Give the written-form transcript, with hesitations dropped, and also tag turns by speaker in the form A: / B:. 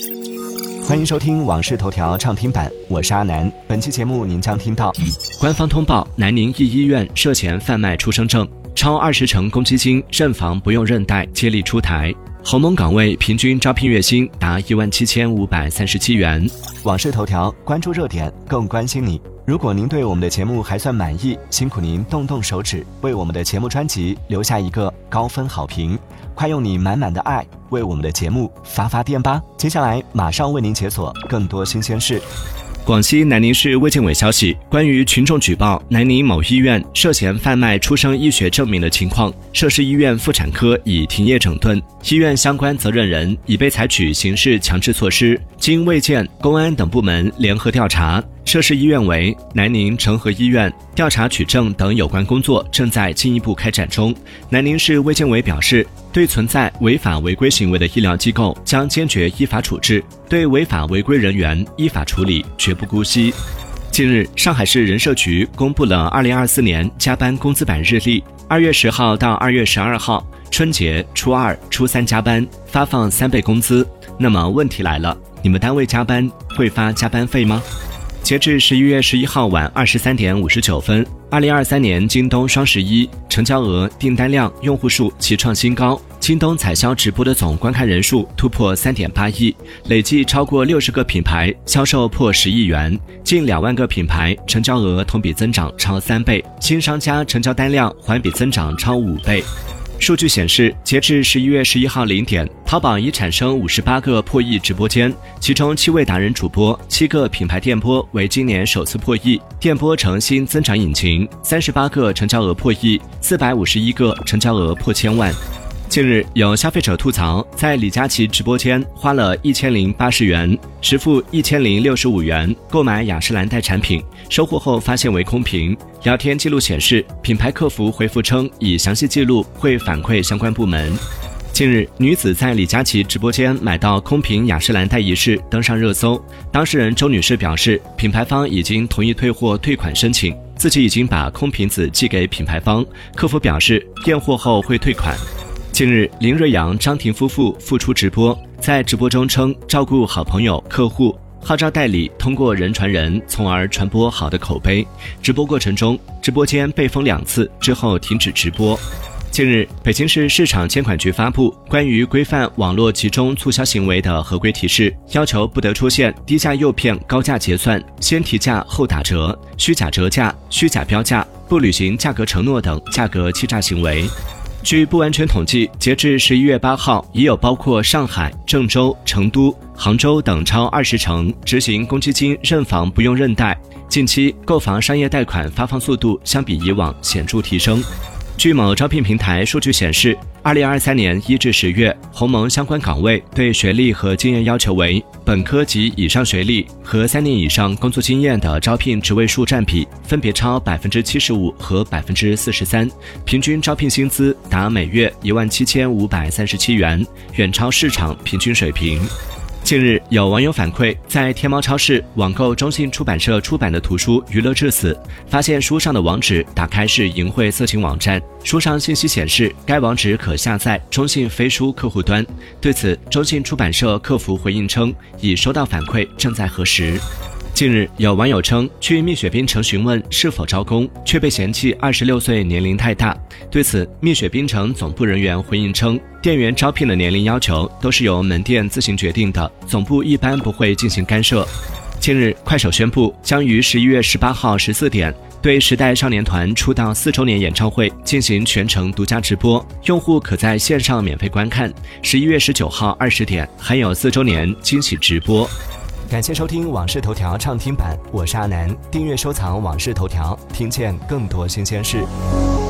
A: 欢迎收听《往事头条》畅听版，我是阿南。本期节目您将听到：
B: 官方通报南宁一医院涉嫌贩卖出生证，超20成公积金认房不用韧带接力出台，鸿蒙岗位平均招聘月薪达17537元。
A: 往事头条，关注热点，更关心你。如果您对我们的节目还算满意，辛苦您动动手指，为我们的节目专辑留下一个高分好评。快用你满满的爱为我们的节目发电吧！接下来马上为您解锁更多新鲜事。
B: 广西南宁市卫健委消息，关于群众举报南宁某医院涉嫌贩卖出生医学证明的情况，涉事医院妇产科已停业整顿，医院相关责任人已被采取刑事强制措施，经卫健、公安等部门联合调查。涉事医院为南宁成和医院，调查取证等有关工作正在进一步开展中。南宁市卫健委表示，对存在违法违规行为的医疗机构将坚决依法处置，对违法违规人员依法处理，绝不姑息。近日，上海市人社局公布了2024年加班工资版日历，2月10号到2月12号，春节、初2、初3加班发放3倍工资。那么问题来了，你们单位加班会发加班费吗？截至11月11号晚23点59分，2023年京东双11成交额、订单量、用户数齐创新高，京东彩销直播的总观看人数突破3.8亿，累计超过60个品牌销售破10亿元，近2万个品牌成交额同比增长超3倍，新商家成交单量环比增长超5倍。数据显示，截至11月11号0点，淘宝已产生58个破亿直播间，其中7位达人主播、7个品牌店播为今年首次破亿，店播成新增长引擎，38个成交额破亿，451个成交额破千万。近日，有消费者吐槽，在李佳琦直播间花了1080元，实付1065元购买雅诗兰黛产品，收货后发现为空瓶。聊天记录显示，品牌客服回复称已详细记录，会反馈相关部门。近日，女子在李佳琦直播间买到空瓶雅诗兰黛一事登上热搜。当事人周女士表示，品牌方已经同意退货退款申请，自己已经把空瓶子寄给品牌方，客服表示验货后会退款。近日，林瑞阳、张婷夫妇复出直播，在直播中称照顾好朋友、客户，号召代理通过人传人，从而传播好的口碑。直播过程中，直播间被封2次之后停止直播。近日，北京市市场监管局发布关于规范网络集中促销行为的合规提示，要求不得出现低价诱骗、高价结算、先提价后打折、虚假折价、虚假标价、不履行价格承诺等价格欺诈行为。据不完全统计，截至11月8号，已有包括上海、郑州、成都、杭州等超20城执行公积金认房不用韧带。近期购房商业贷款发放速度相比以往显著提升。据某招聘平台数据显示，2023年1至10月，鸿蒙相关岗位对学历和经验要求为本科及以上学历和3年以上工作经验的招聘职位数占比分别超75%和43%，平均招聘薪资达每月17537元，远超市场平均水平。近日，有网友反馈，在天猫超市网购中信出版社出版的图书《娱乐至死》，发现书上的网址打开是淫秽色情网站，书上信息显示该网址可下载中信飞书客户端。对此，中信出版社客服回应称，已收到反馈，正在核实。近日，有网友称去蜜雪冰城询问是否招工，却被嫌弃26岁年龄太大。对此，蜜雪冰城总部人员回应称，店员招聘的年龄要求都是由门店自行决定的，总部一般不会进行干涉。近日，快手宣布将于11月18号14点对时代少年团出道4周年演唱会进行全程独家直播，用户可在线上免费观看。11月19号20点还有4周年惊喜直播。
A: 感谢收听《往事头条》畅听版，我是阿南。订阅收藏《往事头条》，听见更多新鲜事。